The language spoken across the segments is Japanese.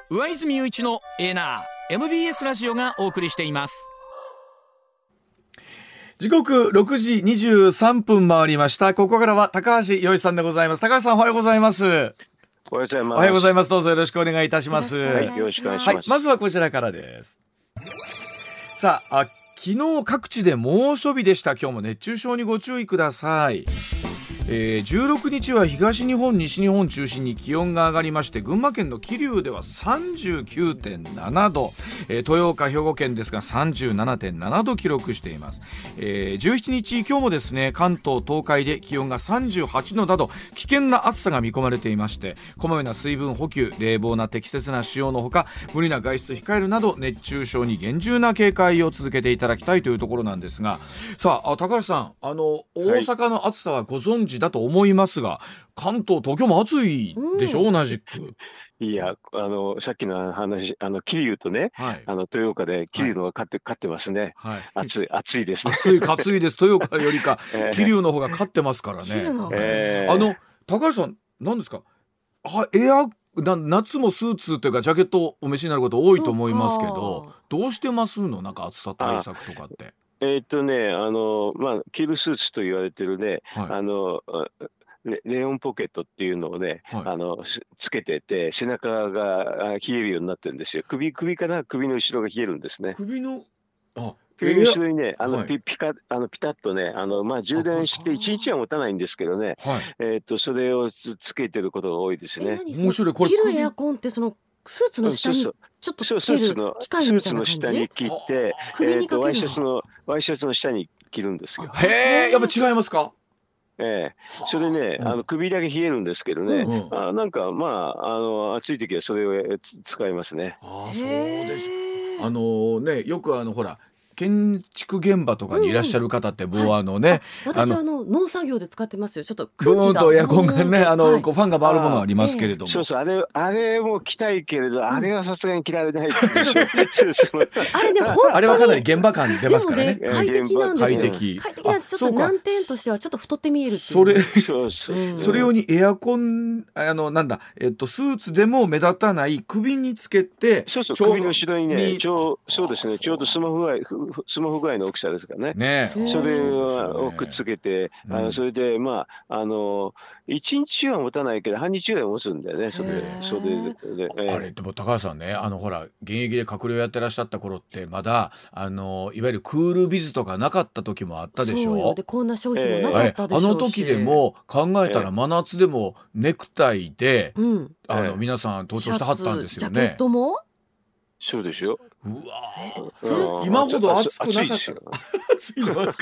上泉雄一のエーナー MBS ラジオがお送りしています。 時刻6時23分回りました。ここからは高橋洋一さんでございます。高橋さん、おはようございます。 おはようございます。 おはようございます。どうぞよろしくお願いいたします。 はい、よろしくお願いします。 まずはこちらからです。さあ、昨日各地で猛暑日でした。今日も熱中症にご注意ください。16日は東日本西日本中心に気温が上がりまして、群馬県の桐生では 39.7 度、豊岡兵庫県ですが 37.7 度記録しています。17日今日もですね、関東東海で気温が38度など危険な暑さが見込まれていまして、こまめな水分補給、冷房な適切な使用のほか、無理な外出控えるなど熱中症に厳重な警戒を続けていただきたいというところなんですが、さあ高橋さん、大阪の暑さはご存知だと思いますが、関東東京も暑いでしょ、同じく。 いや、さっきの話、桐生とね、 はい、 豊岡で桐生のが勝ってますね。はい、暑いですね。 暑いです。豊岡よりか桐生の方が勝ってますからね。高橋さん、何ですか、夏もスーツというかジャケットをお召しになること多いと思いますけど、どうしてますの、なんか暑さ対策とかって。 着るスーツと言われてるね、レオンポケットっていうのをね、つけてて、背中が冷えるようになってるんですよ。首の後ろが冷えるんですね。 首の後ろにね、ピタッとね、充電して1日は持たないんですけどね、それをつけてることが多いですね。 面白い。これ切るエアコンって、そのスーツの下にちょっとつける機械みたいな感じ。 スーツの下に切って、ワイシャツの下に着るんですよ。 へえ、やっぱ違いますか？ それね、首だけ冷えるんですけどね、なんか暑い時はそれを使いますね。 そうです。よくほら、建築現場とかにいらっしゃる方って、私農作業で使ってますよ。ちょっと空気がエアコンがね、ファンが回るものありますけれども、 あれも着たいけれど、あれはさすがに着られないでしょ。 あれはかなり現場感出ますからね。 快適なんですよ。快適なんです。ちょっと難点としてはちょっと太って見えるっていう。 それ用にエアコン、スーツでも目立たない首につけて、 首の後ろにね、そうですね、ちょうどスマホぐらいの大きさですからね。それをくっつけて、それで1日は持たないけど半日ぐらい持つんだよね。それであれでも高橋さんね、ほら現役で閣僚やってらっしゃった頃って、まだいわゆるクールビズとかなかった時もあったでしょ。 そうよ。でこんな商品もなかったでしょうし、 あの時でも考えたら真夏でもネクタイで、皆さん登場してはったんですよね。 ジャケットもそうですよ。 うわ、今ほど暑くなかった。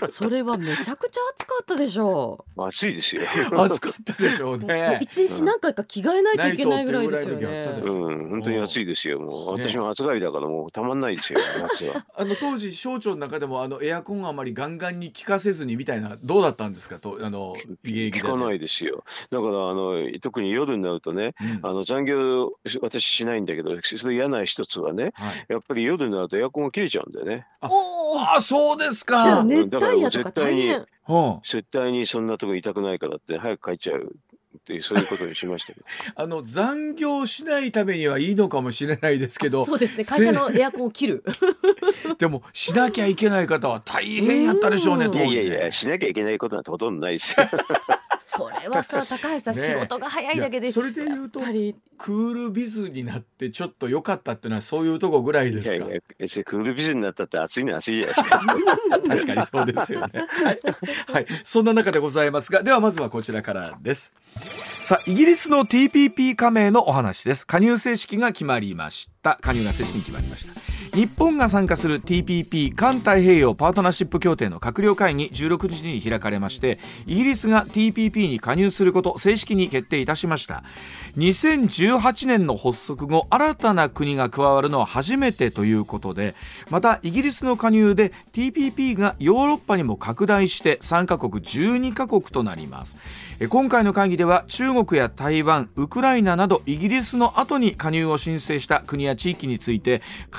それはめちゃくちゃ暑かったでしょう。 暑いですよ。 暑かったでしょうね。 一日何回か着替えないといけないぐらいですよね。 本当に暑いですよ。もう私も暑がりだからもうたまんないですよ、夏は。 当時省庁の中でもエアコンあまりガンガンに効かせずにみたいな、どうだったんですかと、 効かないですよ。だから特に夜になるとね、残業私しないんだけど、それ嫌な一つはね、やっぱり夜になるとエアコンが切れちゃうんだよね。 そうですか。 じゃあ熱帯夜とか大変。 絶対にそんなとこ痛くないからって早く帰っちゃうっていう、そういうことにしましたけど。残業しないためにはいいのかもしれないですけど、 そうですね、会社のエアコンを切る。 でもしなきゃいけない方は大変やったでしょうね。 いやしなきゃいけないことなんてほとんどないですよ。 それはさ、高橋さん、仕事が早いだけで、 それで言うとクールビズになってちょっと良かったっていうのはそういうとこぐらいですか。 別にクールビズになったって暑いのは暑いじゃないですか。 確かにそうですよね。はい、そんな中でございますが、ではまずはこちらからです。さあ、イギリスの TPP 加盟のお話です。加入正式が決まりました。加入が正式に決まりました。日本が参加する TPP 環太平洋パートナーシップ協定の閣僚会議16日に開かれまして、イギリスが TPP に加入すること正式に決定いたしました。2018年の発足後、新たな国が加わるのは初めてということで、またイギリスの加入で TPP がヨーロッパにも拡大して参加国12カ国となります。今回の会議では中国や台湾、ウクライナなどイギリスの後に加入を申請した国や地域について加入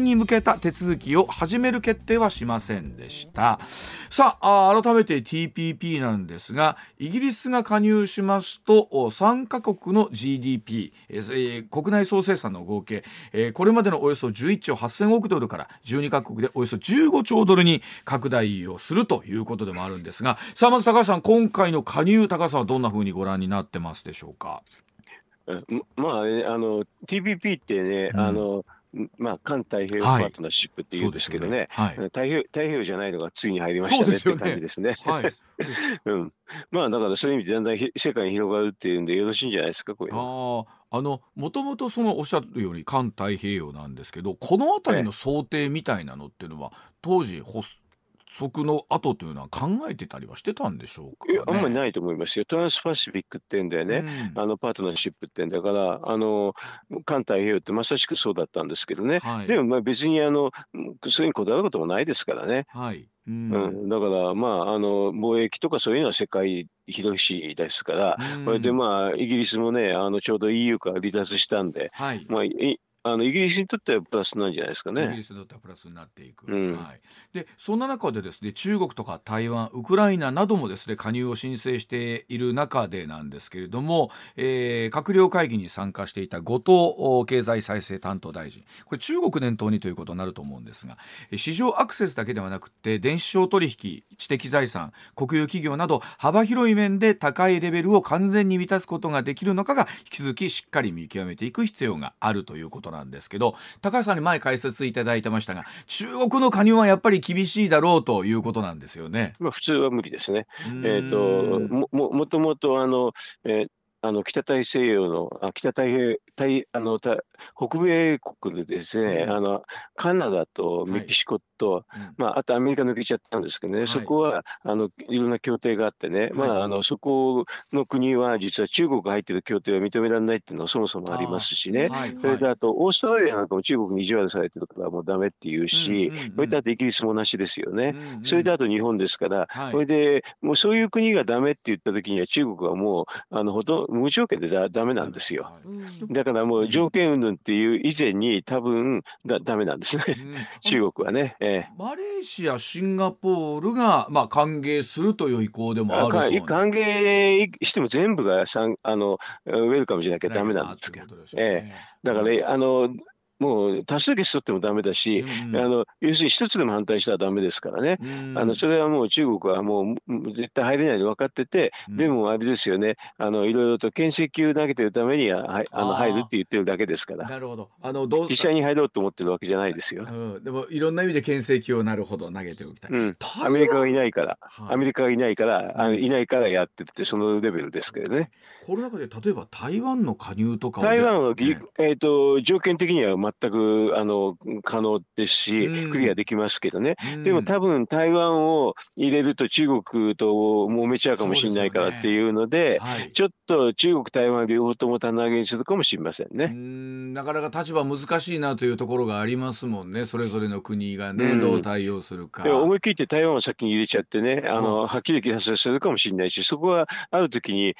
に向けた手続きを始める決定はしませんでした。さあ、改めて TPP なんですが、イギリスが加入しますと3カ国の GDP、国内総生産の合計、これまでのおよそ11兆8000億ドルから12カ国でおよそ15兆ドルに拡大をするということでもあるんですが、さあまず高橋さん、今回の加入、高橋さんはどんな風にご覧になってますでしょうか。 まあ、TPP ってね、まあ、環太平洋パートナーシップって言うんですけどね、太平洋じゃないのがついに入りましたねって感じですね。まあだからそういう意味でだんだん世界に広がるっていうんでよろしいんじゃないですか、これは。 もともとおっしゃるように環太平洋なんですけど、この辺りの想定みたいなのっていうのは当時発足の後というのは考えてたりはしてたんでしょうかね。 あんまりないと思いますよ。トランスパシフィックってんだよね、パートナーシップってんだから、環太平洋ってまさしくそうだったんですけどね、でもまあ別にそれにこだわることもないですからね。だからまあ貿易とかそういうのは世界広いしですから、それでまあイギリスもねちょうど EU から離脱したんで、まあイギリスにとってはプラスなんじゃないですかね。 イギリスにとってはプラスになっていく。でそんな中でですね、中国とか台湾、ウクライナなどもですね加入を申請している中でなんですけれども、閣僚会議に参加していた後藤経済再生担当大臣、これ中国念頭にということになると思うんですが、市場アクセスだけではなくて電子商取引、知的財産、国有企業など幅広い面で高いレベルを完全に満たすことができるのかが引き続きしっかり見極めていく必要があるということなんですけど、高橋さんに前解説いただいてましたが、中国の加入はやっぱり厳しいだろうということなんですよね。 まあ普通は無理ですね。もともと北大西洋の北太平北米国でですね、カナダとメキシコと、あとアメリカ抜けちゃったんですけどね、そこはいろんな協定があってね、そこの国は実は中国が入っている協定は認められないっていうのはそもそもありますしね、それであとオーストラリアなんかも中国に意地悪されてるからもうダメっていうし、それであとイギリスもなしですよね、それであと日本ですから、それでもうそういう国がダメって言った時には中国はもうほとんど無条件でダメなんですよ。だからもう条件云々っていう以前に多分ダメなんですね、中国はね。 マレーシア、シンガポールが歓迎するという意向でもあるそうなんです。 歓迎しても全部がウェルカムじゃなきゃダメなんですけど、だからもう多数決取ってもダメだし、要するに一つでも反対したらダメですからね。それはもう中国はもう絶対入れないで分かってて、でもあれですよね、いろいろと牽制球投げてるためには入るって言ってるだけですから。 なるほど。 実際に入ろうと思ってるわけじゃないですよ。 でもいろんな意味で牽制球をなるほど投げておきたい。 アメリカがいないから、いないからやってってそのレベルですけどね。 この中で例えば台湾の加入とか台湾は条件的には全く可能ですし、クリアできますけどね。でも多分台湾を入れると中国と揉めちゃうかもしれないからっていうので、ちょっと中国台湾両方とも棚上げにするかもしれませんね。 なかなか立場難しいなというところがありますもんね。それぞれの国がね、どう対応するか。 思い切って台湾を先に入れちゃってね、はっきりさせるかもしれないし、そこはある時に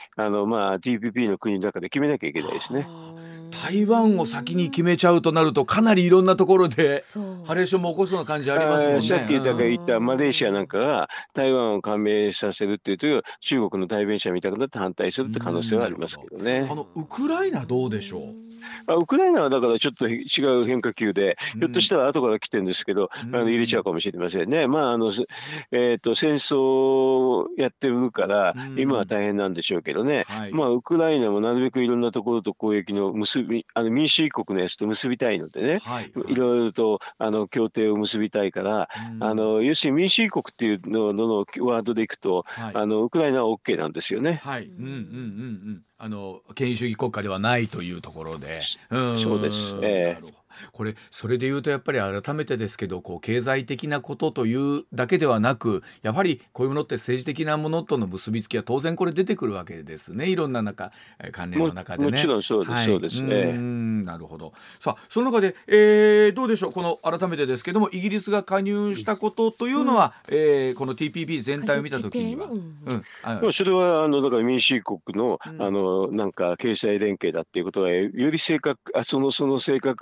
TPP の国の中で決めなきゃいけないですね。 台湾を先に決めちゃうとなるとかなりいろんなところでハレーションも起こすような感じありますもんね。 さっき言ったマレーシアなんかが台湾を加盟させるっていうと中国の代弁者みたいになって反対するって可能性はありますけどね。 ウクライナどうでしょう。 ウクライナはだからちょっと違う変化球で、ひょっとしたら後から来てるんですけど、入れちゃうかもしれませんね。戦争をやってるから、今は大変なんでしょうけどね。ウクライナもなるべくいろんなところと交易の民主主義国のやつと結びたいのでね、いろいろと協定を結びたいから、要するに民主主義国っていうののワードでいくと、ウクライナは OK なんですよね。 権威主義国家ではないというところで。 そうです。 これそれでいうとやっぱり改めてですけど、経済的なことというだけではなく、やはりこういうものって政治的なものとの結びつきは当然これ出てくるわけですね。いろんな関連の中でね。 もちろんそうです、そうですね。 なるほど。さあその中で、どうでしょう、この改めてですけどもイギリスが加入したことというのは、この TPP 全体を見たときには、 それはだから民主主義国のなんか経済連携だっていうことがより正確、その性格がより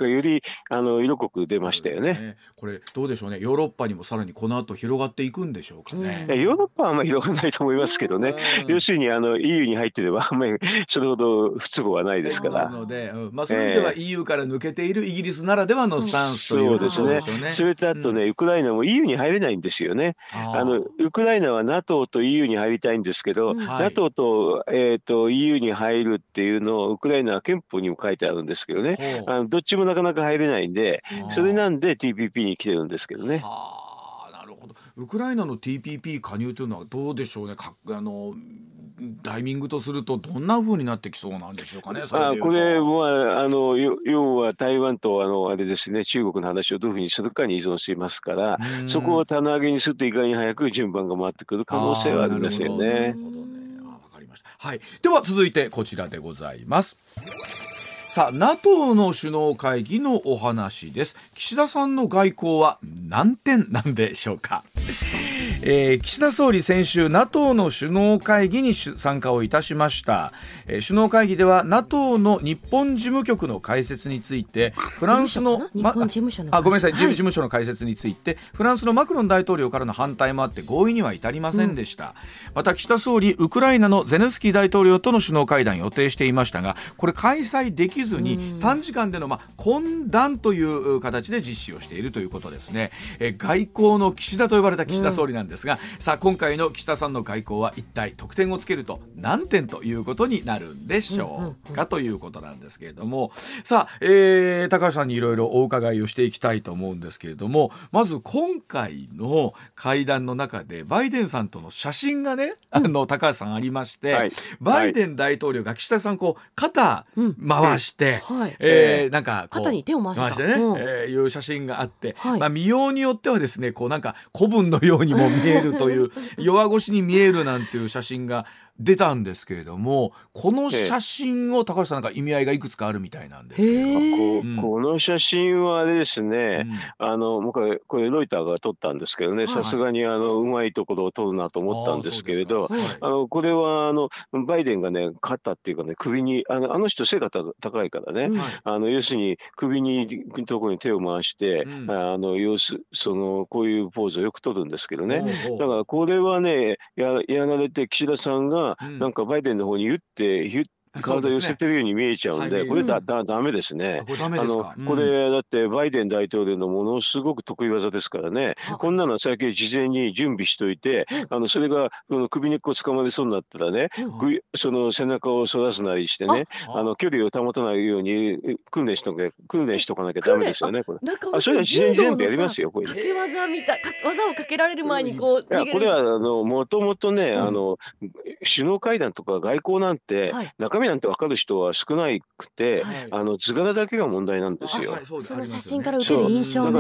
色濃く出ましたよね。 これどうでしょうね、ヨーロッパにもさらにこの後広がっていくんでしょうかね。 ヨーロッパはあんまり広がらないと思いますけどね。要するにEU に入ってればあんまりそれほど不都合はないですから。 なので、そういう意味では EU から抜けているイギリスならではのスタンスということでしょうね。 そうですね。それとあとね、ウクライナも EU に入れないんですよね。ウクライナは NATO と EU に入りたいんですけど、NATO と、EU に入るっていうのをウクライナは憲法にも書いてあるんですけどね、どっちもなかなか入れないんで、それなんで TPP に来てるんですけどね。 なるほど。ウクライナの TPP 加入というのはどうでしょうね。タイミングとするとどんな風になってきそうなんでしょうかね。 これは要は台湾とあれですね、中国の話をどういうふうにするかに依存していますから、そこを棚上げにするといかに早く順番が回ってくる可能性はありますよね。 わかりました。はい。では続いてこちらでございます。さあ NATO の首脳会議のお話です。岸田さんの外交は何点なんでしょうか。岸田総理先週 NATO の首脳会議に参加をいたしました。首脳会議では NATO の日本事務局の開設についてフランスの日本事務所のごめんなさい、事務所の開設についてフランスのマクロン大統領からの反対もあって合意には至りませんでした。また岸田総理ウクライナのゼレンスキー大統領との首脳会談予定していましたが、これ開催できずに短時間での懇談という形で実施をしているということですね。外交の岸田と呼ばれた岸田総理なんですが、さあ今回の岸田さんの外交は一体得点をつけると何点ということになるんでしょうか、ということなんですけれども、さあ、高橋さんにいろいろお伺いをしていきたいと思うんですけれども、まず今回の会談の中でバイデンさんとの写真がね、高橋さんありまして、バイデン大統領が岸田さん肩回して、なんかこう肩に手を回してね、 いう写真があって、見ようによってはですね、なんか古文のようにも見えるという弱腰に見えるなんていう写真が出たんですけれども、この写真を高橋さんなんか意味合いがいくつかあるみたいなんですけど、 この写真はあれですね、僕はこれロイターが撮ったんですけどね、さすがにうまいところを撮るなと思ったんですけれど、これはバイデンがね、肩っていうかね、首に人背が高いからね、要するに首にところに手を回して、こういうポーズをよく撮るんですけどね。だからこれはね、やられて岸田さんがなんかバイデンの方に体を寄せてるように見えちゃうんで、これダメですね。これだってバイデン大統領のものすごく得意技ですからね。こんなのは最近事前に準備しといて、それが首根っこ掴まれそうになったらね、その背中を反らすなりしてね、距離を保たないように訓練しとかなきゃダメですよね。これそれは事前に全部やりますよ。これ掛け技みたい、技をかけられる前にこう逃げる。 これはもともとね、首脳会談とか外交なんて、中身なんて分かる人は少なくて、図柄だけが問題なんですよ。 その写真から受ける印象ね。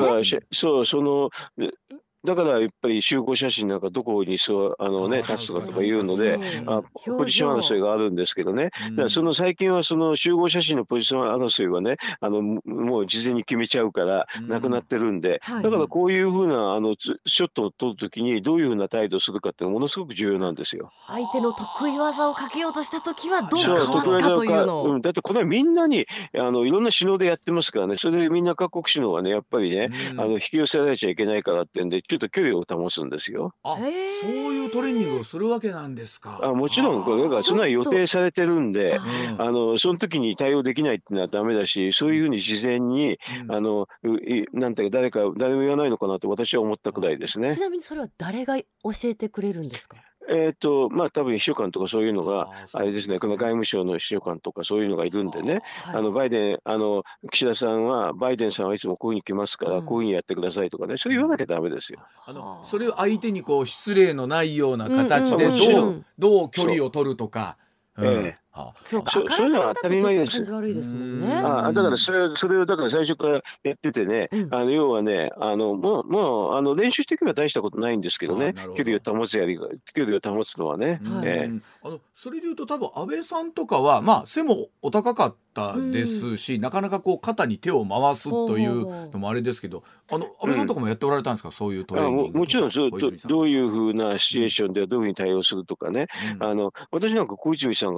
だからやっぱり集合写真なんかどこに立つとかとかいうので、ポジション争いがあるんですけどね。だから最近はその集合写真のポジション争いはね、もう事前に決めちゃうからなくなってるんで、だからこういうふうなショットを撮るときにどういうふうな態度をするかってものすごく重要なんですよ。 相手の得意技をかけようとしたときはどうかわすかというのを。 だってこれはみんなにいろんな首脳でやってますからね。それでみんな各国首脳はね、やっぱりね、引き寄せられちゃいけないからってんで、ちょっと距離を保つんですよ。 そういうトレーニングをするわけなんですか。 もちろんこれがそんな予定されてるんで、その時に対応できないっていうのはダメだし、そういうふうに事前になんて誰も言わないのかなと私は思ったくらいですね。 ちなみにそれは誰が教えてくれるんですか。 多分秘書官とかそういうのがあれですね、この外務省の秘書官とかそういうのがいるんでね、岸田さんはバイデンさんはいつもこういうふうに来ますから、こういうふうにやってくださいとかね、それ言わなきゃダメですよ。 それを相手に失礼のないような形でどう距離を取るとか。 そうか、あからさまだとちょっと感じ悪いですもんね。 だからそれをだから最初からやっててね、要はね、練習していけば大したことないんですけどね、距離を保つのはね。 それでいうと多分安倍さんとかは背もお高かったですし、なかなか肩に手を回すというのもあれですけど、安倍さんとかもやっておられたんですか、そういうトレーニング。 もちろんどういうふうなシチュエーションではどういうふうに対応するとかね、私なんか小泉さんがね、そ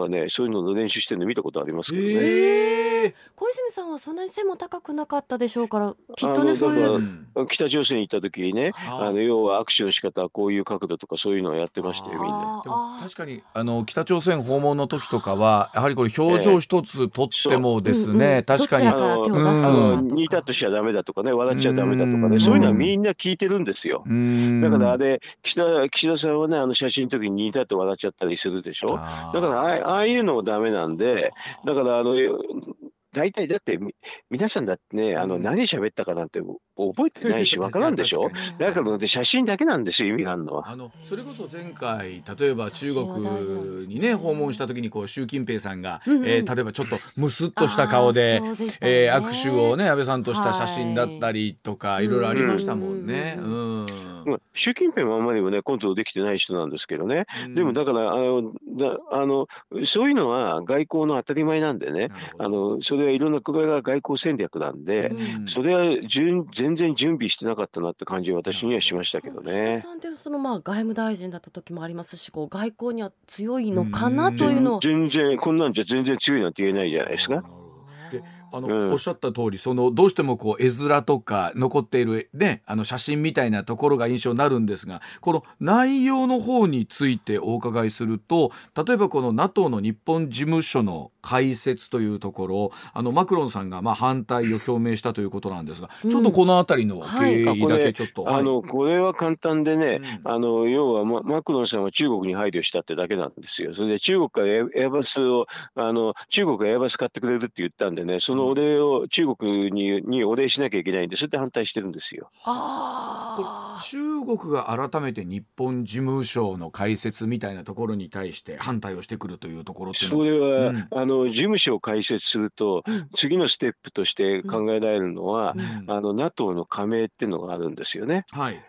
そういうのの練習してるの見たことありますけどね。 小泉さんはそんなに背も高くなかったでしょうから、きっとねそういう。 北朝鮮に行った時にね、要は握手の仕方はこういう角度とかそういうのをやってましたよ、みんな。 でも確かに北朝鮮訪問の時とかはやはりこれ表情一つとってもですね、確かにニタッとしちゃダメだとかね、笑っちゃダメだとかね、そういうのはみんな聞いてるんですよ。だからあれ岸田さんはね、写真の時にニタッと笑っちゃったりするでしょ。だからああいうのもダメなんで、だから大体だって皆さんだってね、何喋ったかなんて覚えてないしわからんでしょ。だから写真だけなんですよ、意味があるのは。 それこそ前回例えば中国にね訪問した時に習近平さんが、例えばちょっとムスッとした顔で、握手をね安倍さんとした写真だったりとか、いろいろありましたもんね。 習近平はあんまりもねコントロールできてない人なんですけどね、でもだからそういうのは外交の当たり前なんでね、それはいろんなこれが外交戦略なんで、それは全然準備してなかったなって感じは私にはしましたけどね。 岸田さんって外務大臣だった時もありますし、外交には強いのかなというのを。 全然こんなんじゃ全然強いなんて言えないじゃないですか。 でおっしゃった通りどうしても絵面とか残っている、ね、写真みたいなところが印象になるんですが、この内容の方についてお伺いすると、例えばこの NATO の日本事務所の開設というところ、マクロンさんが反対を表明したということなんですが、ちょっとこのあたりの経緯だけちょっと、 これは簡単でね、要はマクロンさんは中国に配慮したってだけなんですよ。それで中国からエアバスを中国がエアバス買ってくれるって言ったんでね、そのお礼を中国にお礼しなきゃいけないんで、それで反対してるんですよ。 中国が改めて日本事務所の開設みたいなところに対して反対をしてくるというところっていうのは、 それは、事務所を開設すると、次のステップとして考えられるのは、NATO の加盟っていうのがあるんですよね。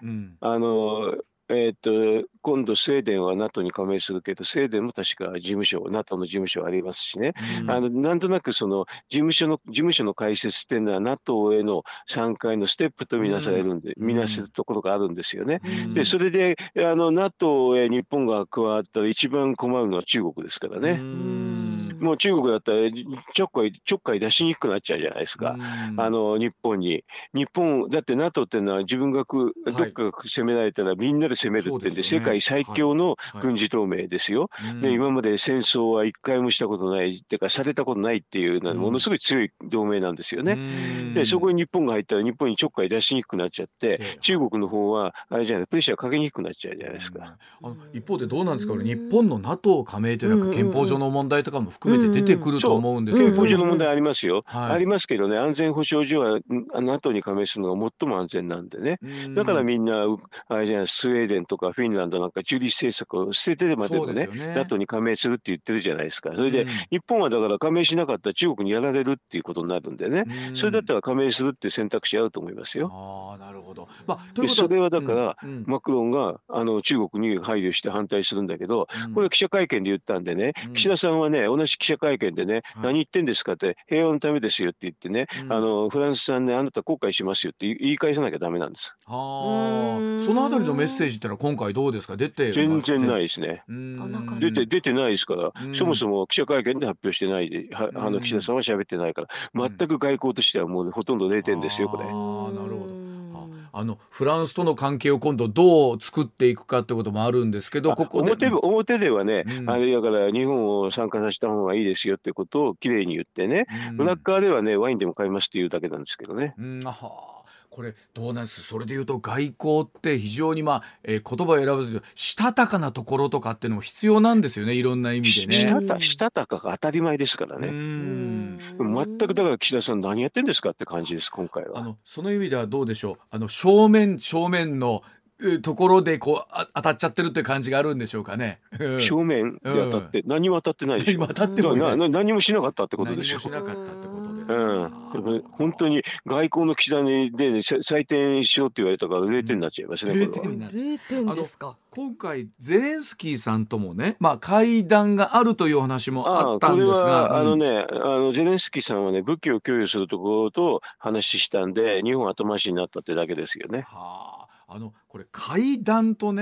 今度スウェーデンは NATO に加盟するけど、スウェーデンも確かNATO の事務所ありますしね、なんとなくその事務所の開設っていうのは NATO への参加のステップとみなせるところがあるんですよね。でそれでNATO へ日本が加わったら一番困るのは中国ですからね。もう中国だったらちょっかい出しにくくなっちゃうじゃないですか、日本に。日本だって NATO っていうのは自分がどっか攻められたらみんなで攻めるってんで、世界最強の軍事同盟ですよ。で今まで戦争は一回もしたことないっていうかされたことないっていうのはものすごい強い同盟なんですよね。でそこに日本が入ったら日本にちょっかい出しにくくなっちゃって、中国の方はあれじゃないプレッシャーかけにくくなっちゃうじゃないですか。 一方でどうなんですか、日本の NATO 加盟というのは憲法上の問題とかも含めて出てくると思うんですけど、 憲法上の問題ありますよ、ありますけどね、安全保障上は NATO に加盟するのが最も安全なんでね。だからみんなあれじゃないスウェーデンとかフィンランドなんか中立政策を捨ててまでもね NATO に加盟するって言ってるじゃないですか。それで日本はだから加盟しなかったら中国にやられるっていうことになるんでね、それだったら加盟するっていう選択肢あると思いますよ。 なるほど。 それはだから、マクロンが中国に配慮して反対するんだけど、これ記者会見で言ったんでね、岸田さんはね同じ記者会見でね、何言ってんですかって、平和のためですよって言ってね、フランスさんねあなた後悔しますよって言い返さなきゃダメなんです。 そのあたりのメッセージってのは今回どうですか、出て全然ないですね。出てないですから、そもそも記者会見で発表してないで、岸田さんは喋ってないから、全く外交としてはもうほとんど0点ですよこれ。 なるほど。フランスとの関係を今度どう作っていくかってこともあるんですけど、ここで表ではね、あれだから日本を参加させた方がいいですよってことをきれいに言ってね、裏側ではねワインでも買いますっていうだけなんですけどね。 これどうなんです、それでいうと外交って非常に言葉を選ばずにしたたかなところとかっていうのも必要なんですよね、いろんな意味でね。 したたかが当たり前ですからね。全くだから岸田さん何やってんですかって感じです、今回は。 その意味ではどうでしょう、正面のところで当たっちゃってるっていう感じがあるんでしょうかね。 正面で当たって、何も当たってないでしょ。何もしなかったってことでしょ。 何もしなかったってことです。 本当に外交の岸田で採点しろって言われたから0点になっちゃいますね。 0点ですか。 今回ゼレンスキーさんともね、会談があるというお話もあったんですが、 これはゼレンスキーさんはね武器を供与するところと話したんで日本後回しになったってだけですよね。 これ会談とね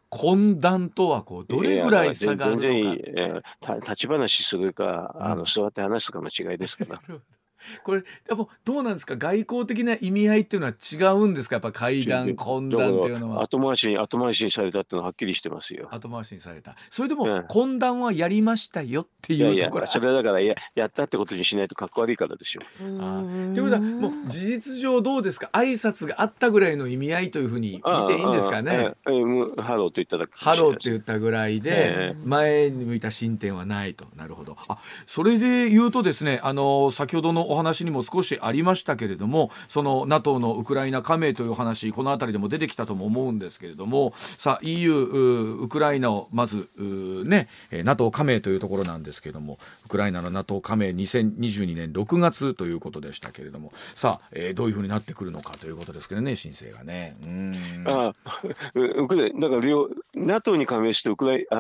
懇談とはどれぐらい差があるのか。 全然いい。立ち話するか、座って話すかの違いですから。 これやっぱどうなんですか、外交的な意味合いっていうのは違うんですか、やっぱ会談懇談っていうのは。 後回しにされたっていうのははっきりしてますよ。 後回しにされた。それでも懇談はやりましたよっていうところ。 それはだからやったってことにしないとかっこ悪いからでしょ。 ということはもう事実上どうですか、挨拶があったぐらいの意味合いというふうに見ていいんですかね。 ハローと言っただけ。 ハローって言ったぐらいで前に向いた進展はないと。なるほど。それで言うとですね、先ほどのお話にも少しありましたけれども、その NATO のウクライナ加盟という話、このあたりでも出てきたとも思うんですけれども、さあ EU ウクライナをまずNATO 加盟というところなんですけれども、ウクライナの NATO 加盟2022年6月ということでしたけれども、さあ、どういうふうになってくるのかということですけどね、申請がね。 だから NATO に加盟して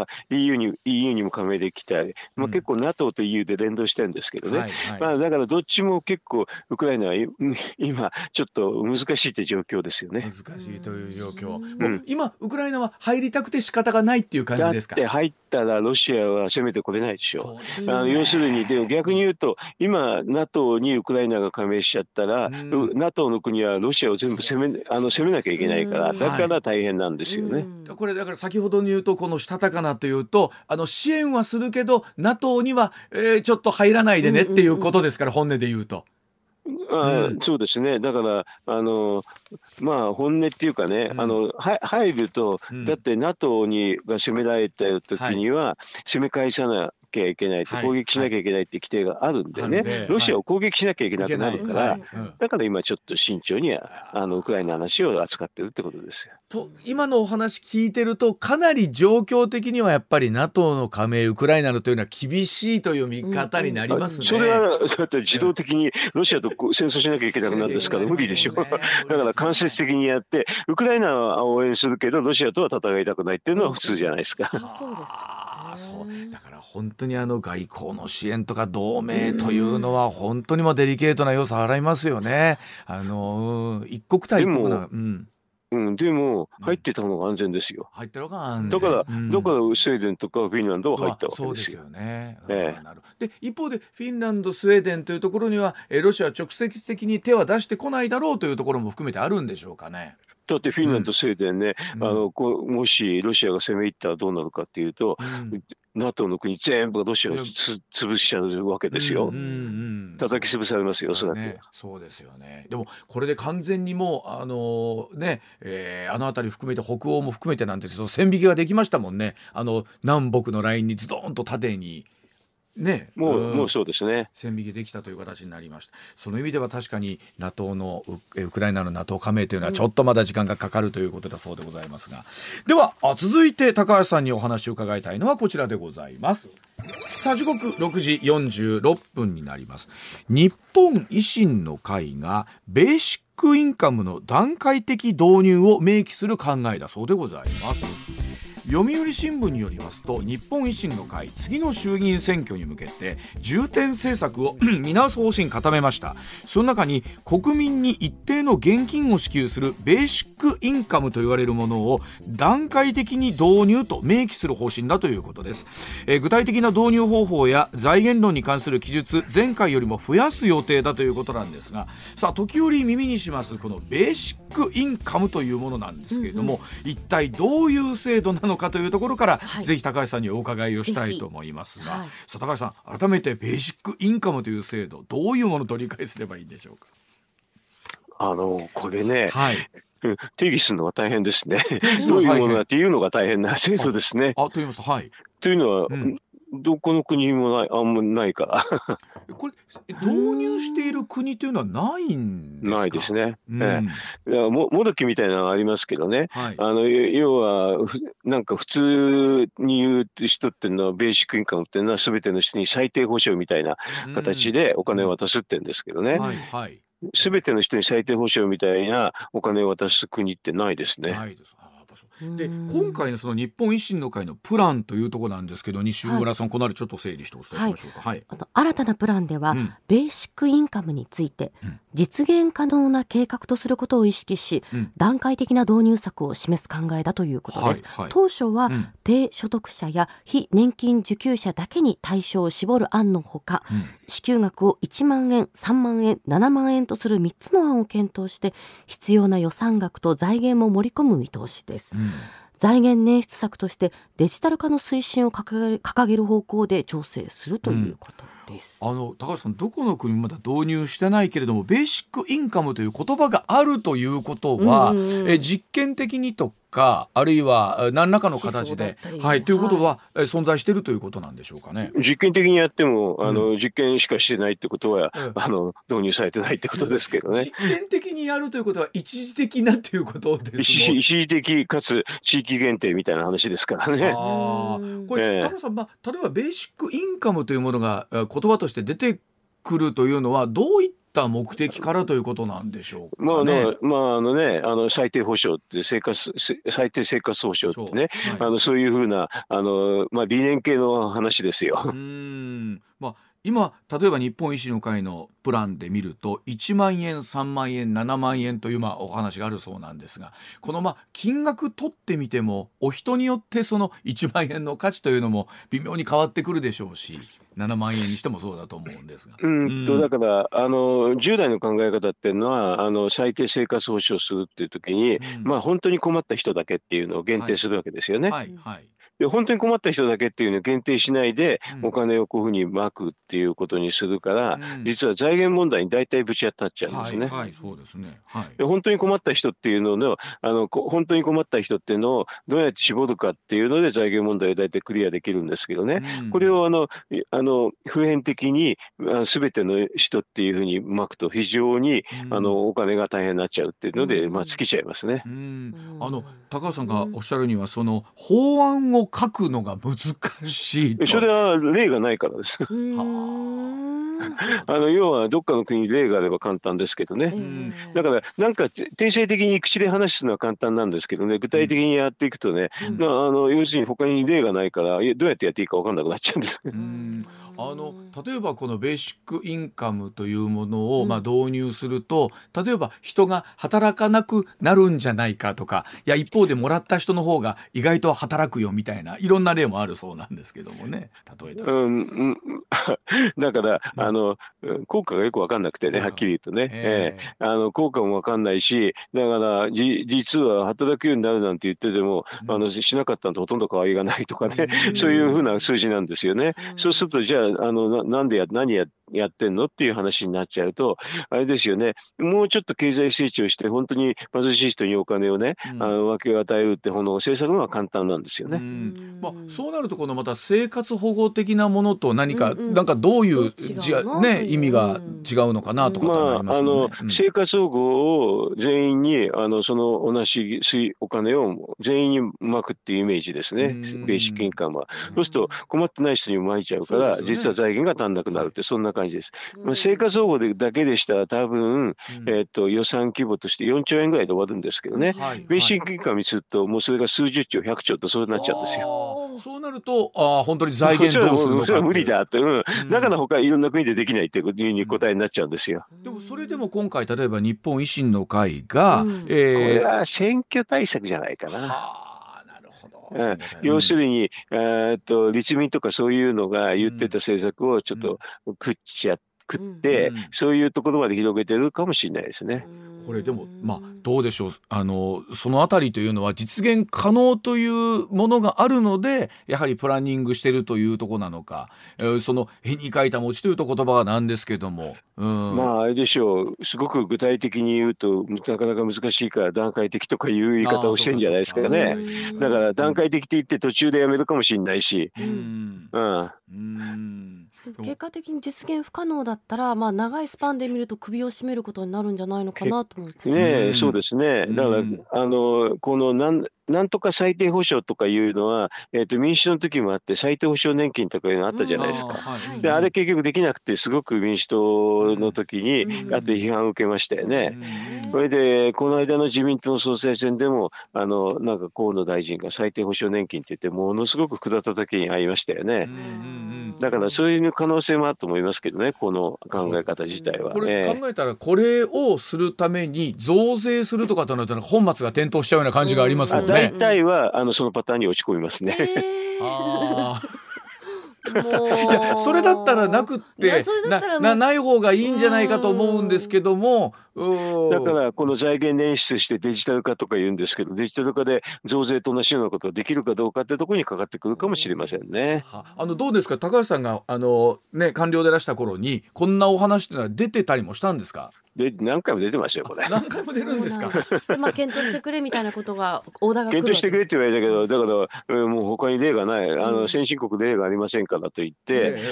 EU にも加盟できたい、結構 NATO と EU で連動してるんですけどね、だからどっちも結構ウクライナは今ちょっと難しいって状況ですよね。 難しいという状況、もう今ウクライナは入りたくて仕方がないっていう感じですか。 だって入ったらロシアは攻めてこれないでしょ。要するにでも逆に言うと、今 NATO にウクライナが加盟しちゃったら、NATO の国はロシアを全部攻めなきゃいけないから、だから大変なんですよね。 これだから先ほどに言うと、このしたたかなというと、支援はするけど NATO には、ちょっと入らないでねっていうことですから、本音で言うと。 そうですね。だから本音っていうかね、入ると、だって NATO が攻められた時には攻め返さなきゃいけないって、攻撃しなきゃいけないって規定があるんでね、ロシアを攻撃しなきゃいけなくなるから、だから今ちょっと慎重にウクライナの話を扱ってるってことですよ。 と今のお話聞いてると、かなり状況的にはやっぱり NATO の加盟ウクライナのというのは厳しいという見方になりますね。 それはだって自動的にロシアと戦争しなきゃいけなくなるんですから無理でしょ。だから間接的にやって、ウクライナは応援するけどロシアとは戦いたくないっていうのは普通じゃないですか。 そうだから本当に外交の支援とか同盟というのは本当にデリケートな要素を払いますよね。一国対一国な。 でも入ってたのが安全ですよ。 入ってるのが安全だからスウェーデンとかフィンランドは入ったわけですよ。 そうですよね。で一方でフィンランドスウェーデンというところにはロシアは直接的に手は出してこないだろうというところも含めてあるんでしょうかね。 だってフィンランド、スウェーデンね、もしロシアが攻め入ったらどうなるかっていうと、NATO の国全部がロシアを潰しちゃうわけですよ。叩き潰されますよ、おそらく。 そうですよね。でもこれで完全にもうあの辺り含めて北欧も含めてなんですけど、線引きができましたもんね。南北のラインにズドンと縦にね、 もうそうですね。 線引きできたという形になりました。その意味では確かに NATO のウクライナの NATO 加盟というのはちょっとまだ時間がかかるということだそうでございますが、では続いて高橋さんにお話を伺いたいのはこちらでございます。さあ時刻6時46分になります。日本維新の会がベーシックインカムの段階的導入を明記する考えだそうでございます。読売新聞によりますと、日本維新の会次の衆議院選挙に向けて重点政策を見直す方針固めました。その中に国民に一定の現金を支給するベーシックインカムと言われるものを段階的に導入と明記する方針だということです。具体的な導入方法や財源論に関する記述、前回よりも増やす予定だということなんですが、さあ時折耳にしますこのベーシックインカムというものなんですけれども、一体どういう制度なのかというところから、ぜひ高橋さんにお伺いをしたいと思いますが、さあ高橋さん、改めてベーシックインカムという制度、どういうものと理解すればいいんでしょうか。 これね、定義するのが大変ですね。どういうものだっていうのが大変な制度ですね。 と言いますと、 というのは、どこの国もあんまないからこれ導入している国というのはないんですか。 ないですね。もどきみたいなのがありますけどね、要はなんか普通に言う人っていうのは、ベーシックインカムっていうのは全ての人に最低保障みたいな形でお金を渡すって言うんですけどね、全ての人に最低保障みたいなお金を渡す国ってないですね。 で今回のその日本維新の会のプランというところなんですけど、西浦さん、このあたりちょっと整理してお伝えしましょうか。 新たなプランでは、ベーシックインカムについて、実現可能な計画とすることを意識し、段階的な導入策を示す考えだということです。当初は、低所得者や非年金受給者だけに対象を絞る案のほか、支給額を1万円、3万円、7万円とする3つの案を検討して、必要な予算額と財源も盛り込む見通しです。財源捻出策としてデジタル化の推進を掲げる方向で調整するということです。 高橋さん、どこの国もまだ導入してないけれども、ベーシックインカムという言葉があるということは、実験的にとか、あるいは何らかの形で、ということは、存在しているということなんでしょうかね。 実験的にやっても実験しかしてないってことは、導入されてないってことですけどね。 実験的にやるということは一時的なということですもん。一時的かつ地域限定みたいな話ですからね。 これ、高橋さん、例えばベーシックインカムというものが言葉として出てくるというのは、どういった目的からということなんでしょうかね。 最低保障って最低生活保障ってね、そういうふうな理念系の話ですよ。 今例えば日本維新の会のプランで見ると、1万円、3万円、7万円というお話があるそうなんですが、この金額取ってみても、お人によってその1万円の価値というのも微妙に変わってくるでしょうし、7万円にしてもそうだと思うんですが、 だから従来の考え方っていうのは、最低生活保障するっていう時に、本当に困った人だけっていうのを限定するわけですよね。で本当に困った人だけっていうのを限定しないで、お金をこういうふうにまくっていうことにするから、実は財源問題に大体ぶち当たっちゃうんですね。 そうですね。 で本当に困った人っていうのの本当に困った人っていうのをどうやって絞るかっていうので、財源問題を大体クリアできるんですけどね。これを普遍的に全ての人っていうふうにまくと、非常にお金が大変になっちゃうっていうので、尽きちゃいますね。 高橋さんがおっしゃるには、その法案を書くのが難しいと。 それは例がないからです。要はどっかの国に例があれば簡単ですけどね。だからなんか定性的に口で話すのは簡単なんですけどね、具体的にやっていくとね、要するに他に例がないから、どうやってやっていいか分かんなくなっちゃうんです。 例えばこのベーシックインカムというものを導入すると、例えば人が働かなくなるんじゃないかとか、いや一方でもらった人の方が意外と働くよみたいな、いろんな例もあるそうなんですけどもね。例えば、 だから効果がよく分かんなくてね、はっきり言うとね、効果も分かんないし、だから実は働くようになるなんて言ってても、しなかったのとほとんど変わりがないとかね、そういうふうな数字なんですよね。そうすると、じゃあ何やってんのっていう話になっちゃうと、あれですよね、もうちょっと経済成長して本当に貧しい人にお金をね、分け与えるって政策のは簡単なんですよね。 そうなると、このまた生活保護的なものとなんかどういう意味が違うのかなとかなりますよね。 生活保護を全員にその同じお金を全員にまくっていうイメージですね、ベーシックインカムは。そうすると困ってない人にもまいちゃうから、実は財源が足んなくなるって、そんな感じです。生活保護だけでしたら多分、予算規模として4兆円ぐらいで終わるんですけどね、ベーシックインカムにするともうそれが数十兆100兆とそうなっちゃうんですよ。 そうなると本当に財源どうするのか、 それは無理だって、だから他いろんな国でできないっていう答えになっちゃうんですよ。 でもそれでも今回例えば日本維新の会が、 これは選挙対策じゃないかな。要するに立民とかそういうのが言ってた政策をちょっと食って、そういうところまで広げてるかもしれないですね。 これでもどうでしょう、そのあたりというのは実現可能というものがあるので、やはりプランニングしているというところなのか、その絵に描いた餅というと言葉はなんですけども、 あれでしょう、すごく具体的に言うとなかなか難しいから段階的とかいう言い方をしてるんじゃないですかね。だから段階的って言って途中でやめるかもしれないし、 結果的に実現不可能だったら、長いスパンで見ると首を絞めることになるんじゃないのかなと思って。 そうですね。だからこのなんとか最低保障とかいうのは、民主党の時もあって、最低保障年金とかいうのあったじゃないですか。であれ結局できなくて、すごく民主党の時にあと批判を受けましたよね。 それでこの間の自民党の総裁選でもなんか河野大臣が最低保障年金って言ってものすごく管叩きに合いましたよね。だからそういう可能性もあると思いますけどね、この考え方自体は。 これ考えたらこれをするために増税するとかとなると本末が転倒しちゃうような感じがありますもんね。 大体はそのパターンに落ち込みますね。 それだったらなくってない方がいいんじゃないかと思うんですけども、 だからこの財源捻出してデジタル化とか言うんですけど、デジタル化で増税と同じようなことができるかどうかってところにかかってくるかもしれませんね。 どうですか、高橋さんが官僚でいらした頃にこんなお話ってのは出てたりもしたんですか？ で何回も出てましたよこれ。 何回も出るんですか？ で、検討してくれみたいなことがオーダーが来る。 検討してくれって言われたけど、だからもう他に例がない、先進国で例がありませんからと言って、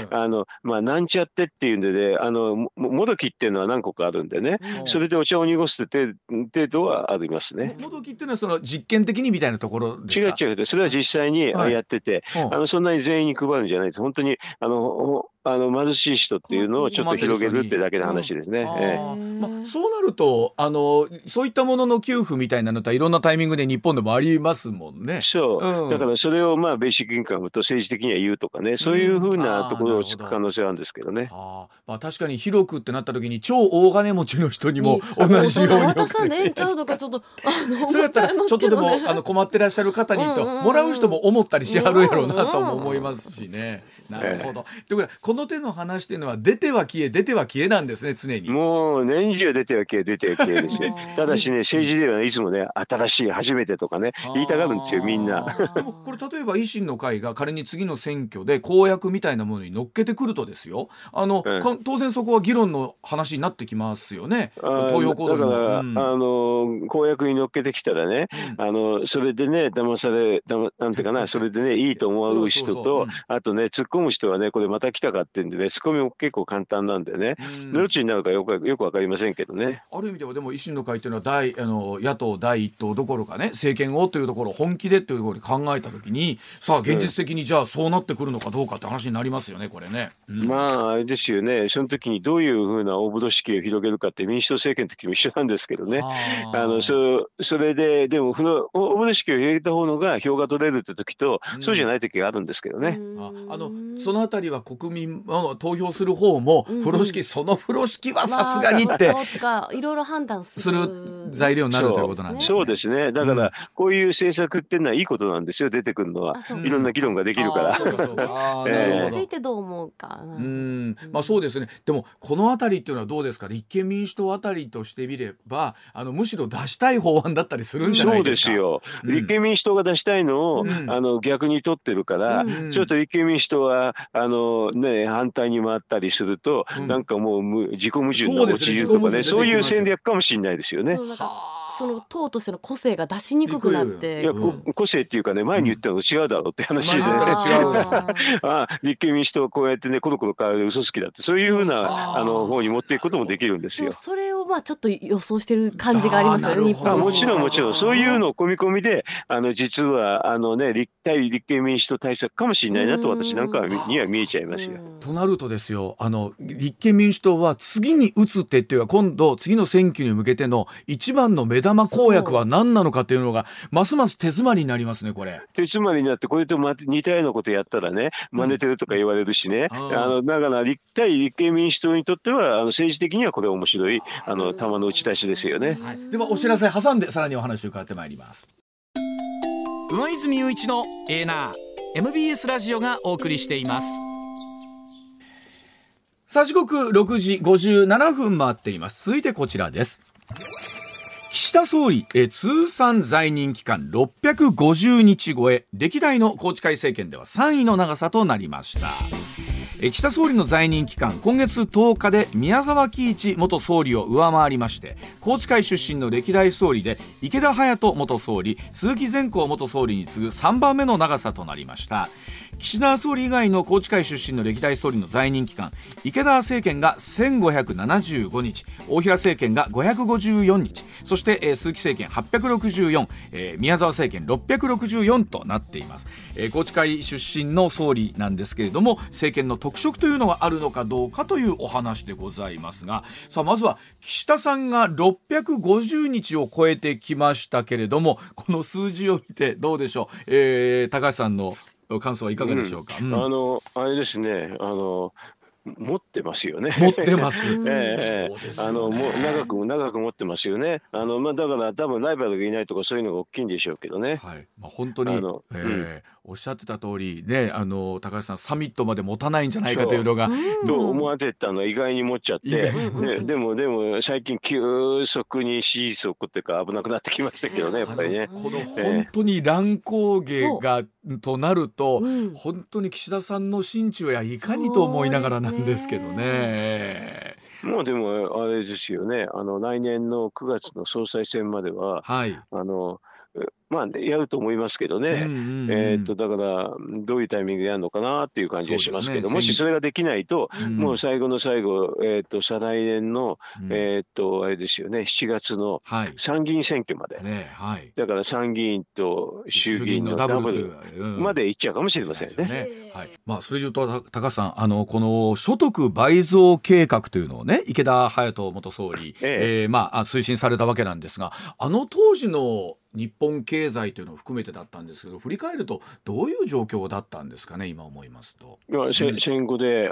なんちゃってっていうんでね、もどきっていうのは何個かあるんでね、それでお茶を濁すって程度はありますね。 もどきっていうのはその実験的にみたいなところですか？ 違う、それは実際にやってて、そんなに全員に配るんじゃないです。本当に貧しい人っていうのをちょっと広げるってだけの話ですね。 そうなるとそういったものの給付みたいなのとはいろんなタイミングで日本でもありますもんね。 そう、だからそれをベーシックインカムと政治的には言うとかね、そういうふうなところをつく可能性はあるんですけどね。 確かに広くってなった時に超大金持ちの人にも同じように渡さねえんちゃうとかちょっとそれやったらちょっとでも困ってらっしゃる方にともらう人も思ったりしはるやろうなとも思いますしね。なるほど。ということでこの手の話っていうのは出ては消え出ては消えなんですね。常にもう年中出ては消え出ては消えですね。ただしね、政治ではいつもね新しい初めてとかね言いたがるんですよみんな。 でもこれ例えば維新の会が仮に次の選挙で公約みたいなものに乗っけてくるとですよ、当然そこは議論の話になってきますよね。投票行動にもだから、公約に乗っけてきたらね、それでねなんていうかなそれでねいいと思う人と、あとね突っ込む人はねこれまた来たかってんでねツッコミも結構簡単なんでね、どっちになるかよくわかりませんけどね。 ある意味ではでも維新の会っていうのは野党第一党どころかね政権をというところを本気でというところに考えたときにさあ現実的にじゃあそうなってくるのかどうかって話になりますよねこれね。 あれですよね、その時にどういうふうな大風呂敷を広げるかって民主党政権の時も一緒なんですけどね。それででも大風呂敷を広げた方のが票が取れるって時と、そうじゃない時があるんですけどね。 そのあたりは国民投票する方も風呂敷、その風呂敷はさすがにっていろいろ判断する材料になるということなんですね。 そうですね。だからこういう政策っていうのはいいことなんですよ。出てくるのはいろんな議論ができるから。 それについてどう思うか。 そうですね。でもこのあたりっていうのはどうですか。立憲民主党あたりとしてみればむしろ出したい法案だったりするんじゃないですか。 そうですよ。立憲民主党が出したいのを逆に取ってるから、ちょっと立憲民主党は反対に回ったりすると、なんかもう自己矛盾が陥るとかね、そういう戦略かもしれないですよね。 その党としての個性が出しにくくなって個性っていうかね、前に言ったの違うだろうって話で、立憲民主党はこうやってねコロコロ変わる嘘つきだって、そういうふうな方に持っていくこともできるんですよ。 それをちょっと予想してる感じがありますよね。 もちろんそういうのを込み込みで実は立憲民主党対策かもしれないなと私なんかには見えちゃいますよ。 となるとですよ、立憲民主党は次に打つ手っていうか今度次の選挙に向けての一番の目玉公約は何なのかっていうのがますます手詰まりになりますね。これ手詰まりになって、これと似たようなことやったらね真似てるとか言われるしね、だから立憲民主党にとっては政治的にはこれ面白い球の打ち出しですよね。 ではお知らせ挟んでさらにお話を伺ってまいります。 上泉雄一のエーナー MBS ラジオがお送りしています。 さあ時刻6時57分回っています。続いてこちらです。岸田総理通算在任期間650日超え、歴代の宏池会政権では3位の長さとなりました。岸田総理の在任期間今月10日で宮沢喜一元総理を上回りまして、宏池会出身の歴代総理で池田勇人元総理、鈴木善光元総理に次ぐ3番目の長さとなりました。 岸田総理以外の宏池会出身の歴代総理の在任期間、池田政権が1575日、大平政権が554日、そして、鈴木政権864、宮沢政権664となっています。宏池会出身の総理なんですけれども、政権の特色というのがあるのかどうかというお話でございますが、さあまずは岸田さんが650日を超えてきましたけれども、この数字を見てどうでしょう、高橋さんの感想はいかがでしょうか。 あれですね、持ってますよね。 持ってます。 そうですよね。もう長く持ってますよね。だから多分ライバルがいないとかそういうのが大きいんでしょうけどね。 はい。本当におっしゃってた通りね、高橋さんサミットまで持たないんじゃないかというのがと思われてたのは意外に持っちゃって、でも最近急速に支持速っていうか危なくなってきましたけどね、やっぱりね。 この本当に乱高下がとなると、本当に岸田さんの心中はいかにと思いながらなんですけどね。 もうでもあれですよね、来年の9月の総裁選までは、やると思いますけどね。だからどういうタイミングでやるのかなっていう感じがしますけど、もしそれができないと、もう最後の最後、再来年の、あれですよね、7月の参議院選挙まで、だから参議院と衆議院のダブルまでいっちゃうかもしれませんね。 それでいうと高橋さん、この所得倍増計画というのをね、池田勇人元総理、推進されたわけなんですが、当時の日本経済というのを含めてだったんですけど、振り返るとどういう状況だったんですかね、今思いますと。 戦後で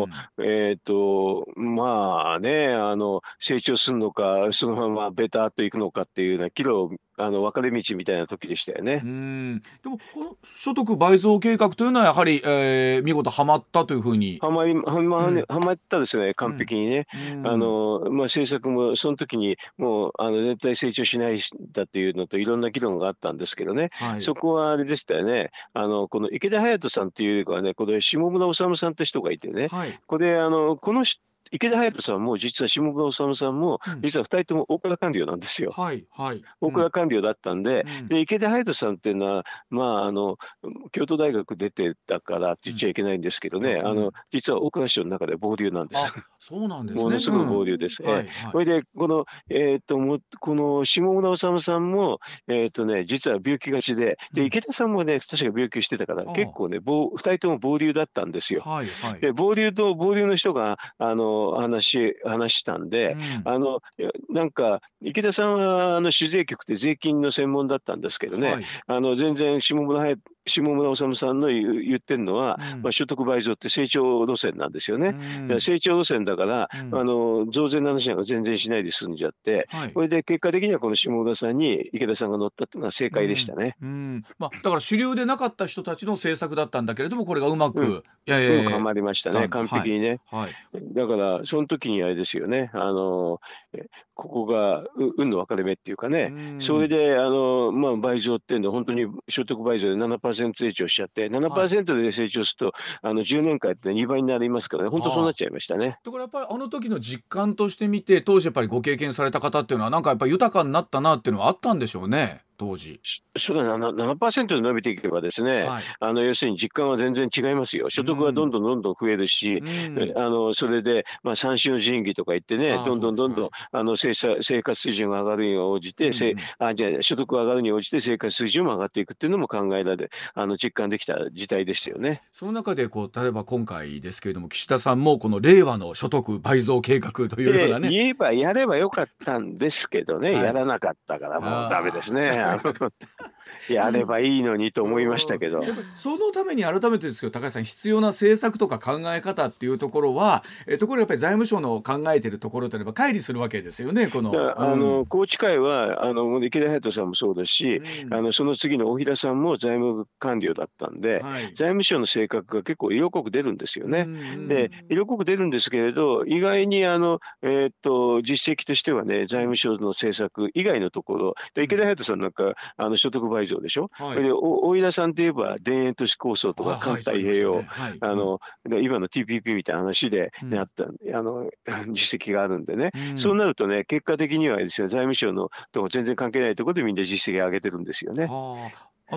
成長するのかそのままベターっといくのかっていうような岐路分かれ道みたいな時でしたよね。 でもこの所得倍増計画というのはやはり、見事はまったというふうにはまったですね、完璧にね。政策もその時にもう絶対成長しないんだっていうのといろんな議論があったんですけどね、そこはあれでしたよね。この池田勇人さんっていうかはね、これ下村修さんって人がいてね、これこの人池田勇人さんも実は下村修さんも実は2人とも大蔵官僚なんですよ。大蔵官僚だったんで、池田勇人さんっていうのは京都大学出てたからって言っちゃいけないんですけどね、実は大蔵省の中で暴流なんです。 そうなんですね。 ものすごい暴流です。それでこの下村修さんも実は病気がちで、池田さんもね確か病気してたから結構ね2人とも暴流だったんですよ。で暴流の人が話したんで、なんか池田さんは酒税局って税金の専門だったんですけどね、全然下村修さんの言ってるのは、所得倍増って成長路線なんですよね。成長路線だから、増税の話なんか全然しないで済んじゃって、これで結果的にはこの下村さんに池田さんが乗ったっていうのは正解でしたね。 だから主流でなかった人たちの政策だったんだけれども、これがうまくはまりましたね、完璧にね。だからその時にあれですよね、ここが運の分かれ目っていうかね、それで倍増っていうのは本当に所得倍増で 7% 成長しちゃって、7% で成長すると10年間って2倍になりますからね、本当そうなっちゃいましたね。 だからやっぱり時の実感としてみて、当時やっぱりご経験された方っていうのはなんかやっぱり豊かになったなっていうのはあったんでしょうね、当時。 それは 7% で伸びていけばですね、要するに実感は全然違いますよ。所得はどんどん増えるし、それで三種の神器とか言ってね、どんどん生活水準が上がるに応じて、所得が上がるに応じて生活水準も上がっていくっていうのも考えられ実感できた時代でしたよね。 その中で例えば今回ですけれども、岸田さんもこの令和の所得倍増計画というようなね、 言えばやればよかったんですけどね、やらなかったからもうダメですね。やればいいのにと思いましたけど、 そのために改めてですけど、高橋さん、必要な政策とか考え方っていうところは、やっぱり財務省の考えているところといえば乖離するわけですよね。 宏池会は池田勇人さんもそうですし、その次の大平さんも財務官僚だったんで、財務省の性格が結構色濃く出るんですよね。で色濃く出るんですけれど、意外に実績としてはね、財務省の政策以外のところで、池田勇人さんなんか所得倍増でしょ。で大平さんといえば田園都市構想とか環太平洋、今の TPP みたいな話で、あった実績があるんでね、そうなるとね、結果的にはですね、財務省のとこ全然関係ないところでみんな実績を上げてるんですよね。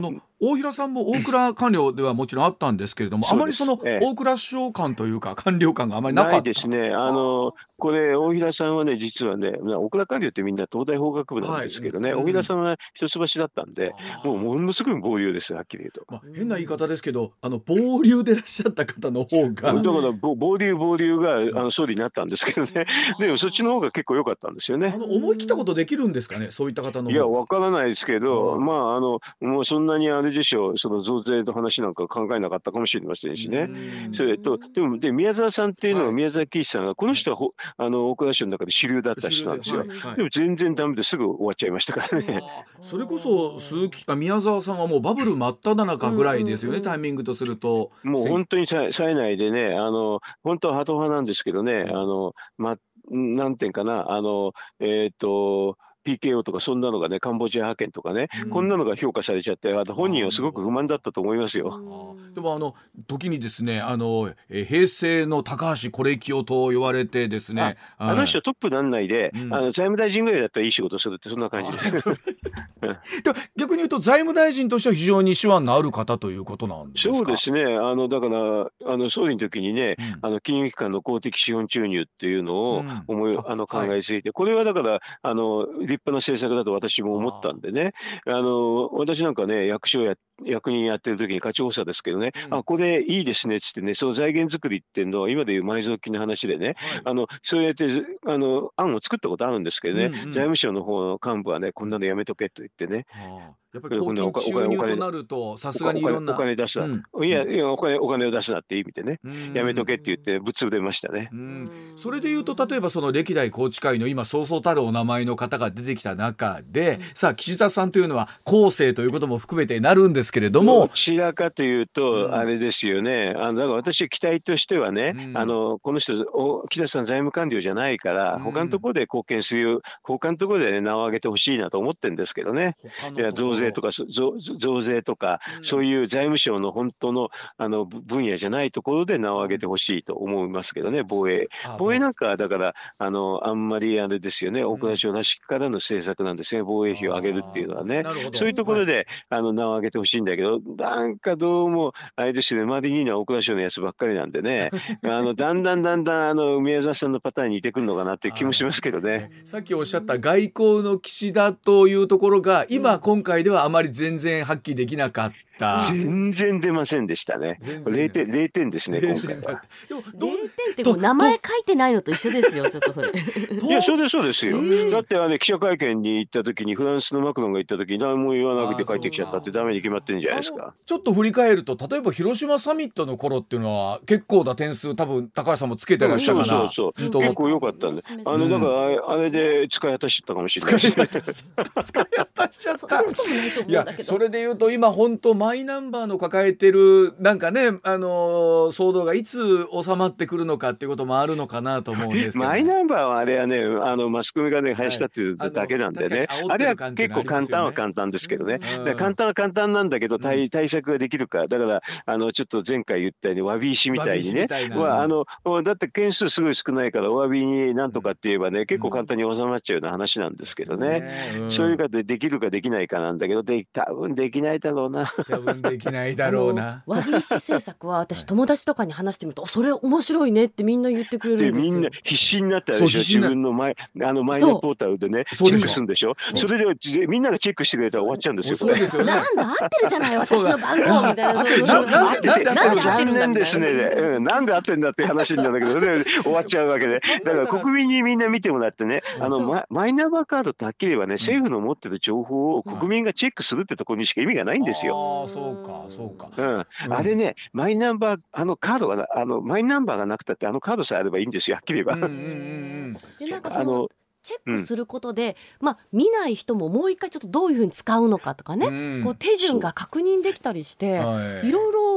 大平さんも大蔵官僚ではもちろんあったんですけれども、あまりその大蔵首相官というか官僚官があまりなかった。 ないですね。これ大平さんはね、実はね、大蔵官僚ってみんな東大法学部なんですけどね、大平さんは一橋だったんで、もうものすごい暴流です、はっきり言うと。 変な言い方ですけど、暴流でいらっしゃった方の方が。 だから暴流が総理になったんですけどね。でもそっちの方が結構良かったんですよね。 思い切ったことできるんですかね、そういった方の方が。 いや、わからないですけど、もうそんなにあれでしょう、その増税の話なんか考えなかったかもしれませんしね。それと、で宮沢さんっていうのは、宮沢喜一さんが、この人は大蔵省の中で主流だった人なんですよ。でも全然ダメですぐ終わっちゃいましたからね。 それこそ宮沢さんはもうバブル真っ只中ぐらいですよね、タイミングとすするともう本当に冴えないでね、本当はハト派なんですけどね、なんていうかな、PKO とかそんなのがね、カンボジア派遣とかね、こんなのが評価されちゃって、本人はすごく不満だったと思いますよ。 でも時にですね、平成の高橋是清と言われてですね、 あの人トップなんないで、財務大臣ぐらいだったらいい仕事するって、そんな感じです。 逆に言うと財務大臣としては非常に手腕のある方ということなんですか。 そうですね。だから総理の時にね、金融機関の公的資本注入っていうのを考えついて、これはだから立派な政策だと私も思ったんでね、私なんかね、役人やってる時に課長補佐ですけどね、これいいですねっつってね、その財源作りっていうのは今でいう埋蔵金の話でね、そうやって案を作ったことあるんですけどね、財務省の方の幹部はね、こんなのやめとけと言ってね。 やっぱり公金注入となるとさすがにいろんなお金出すな、いやお金を出すなって意味でね、やめとけって言ってぶっ潰れましたね。 それでいうと、例えばその歴代宏池会の今そうそうたるお名前の方が出てきた中で、さあ岸田さんというのは後世ということも含めてなるんですけれども、 どちらかというとあれですよね、だから私期待としてはね、この人岸田さん財務官僚じゃないから、他のところで貢献する、他のところで、ね、名を挙げてほしいなと思ってるんですけどね。いや増税とかそういう財務省の本当の分野じゃないところで名を挙げてほしいと思いますけどね。防衛なんかはだからあんまりあれですよね、大蔵省なしからの政策なんですね、防衛費を上げるっていうのはね。そういうところで名を挙げてほしいんだけど、なんかどうもあれですよね、周りには大蔵省のやつばっかりなんでねだんだん宮沢さんのパターンに似てくるのかなっていう気もしますけどね。 さっきおっしゃった外交の岸田というところが今回ではあまり全然発揮できなかった。 全然出ませんでしたね。0点ですね、今回は。 0点って名前書いてないのと一緒ですよ、ちょっとそれ。 いや、そうですよ。だって記者会見に行った時に、フランスのマクロンが行った時に何も言わなくて帰ってきちゃったってダメに決まってるんじゃないですか。 ちょっと振り返ると、例えば広島サミットの頃っていうのは結構な点数多分高橋さんもつけてらっしゃるから、 そう結構良かったんで、だからあれで使い果たしちゃったかもしれない。 使い果たしちゃった。いや、それで言うと今本当マイナンバーの抱えてるなんかね、騒動がいつ収まってくるのかっていうこともあるのかなと思うんですけど、 マイナンバーはあれはね、マスコミがね林立ってるだけなんでね、あれは結構簡単ですけどね、簡単なんだけど対策ができるか、だからちょっと前回言ったように詫び石みたいにね、だって件数すごい少ないからお詫びになんとかって言えばね、結構簡単に収まっちゃうような話なんですけどね、そういう方でできるかできないかなんだけど、多分できないだろうな。 多分できないだろうな。 詫び石政策は私友達とかに話してみると、それ面白いねってみんな言ってくれるんですよ。 みんな必死になってあれでしょ、自分のマイナポータルでねチェックするんでしょ。それでみんながチェックしてくれたら終わっちゃうんですよ。 そうですよね。 なんだ合ってるじゃない私の番号みたいな。 残念ですね。なんで合ってんだって話になるんだけどね、終わっちゃうわけで。だから国民にみんな見てもらってね、マイナンバーカードってはっきり言えばね、政府の持ってる情報を国民がチェックするってところにしか意味がないんですよ。 そうか。 あれね、マイナンバーカードがマイナンバーがなくたってカードさえあればいいんですよ、はっきり言えば。 でなんかチェックすることで、見ない人ももう一回ちょっとどういうふうに使うのかとかね、こう手順が確認できたりして、いろいろ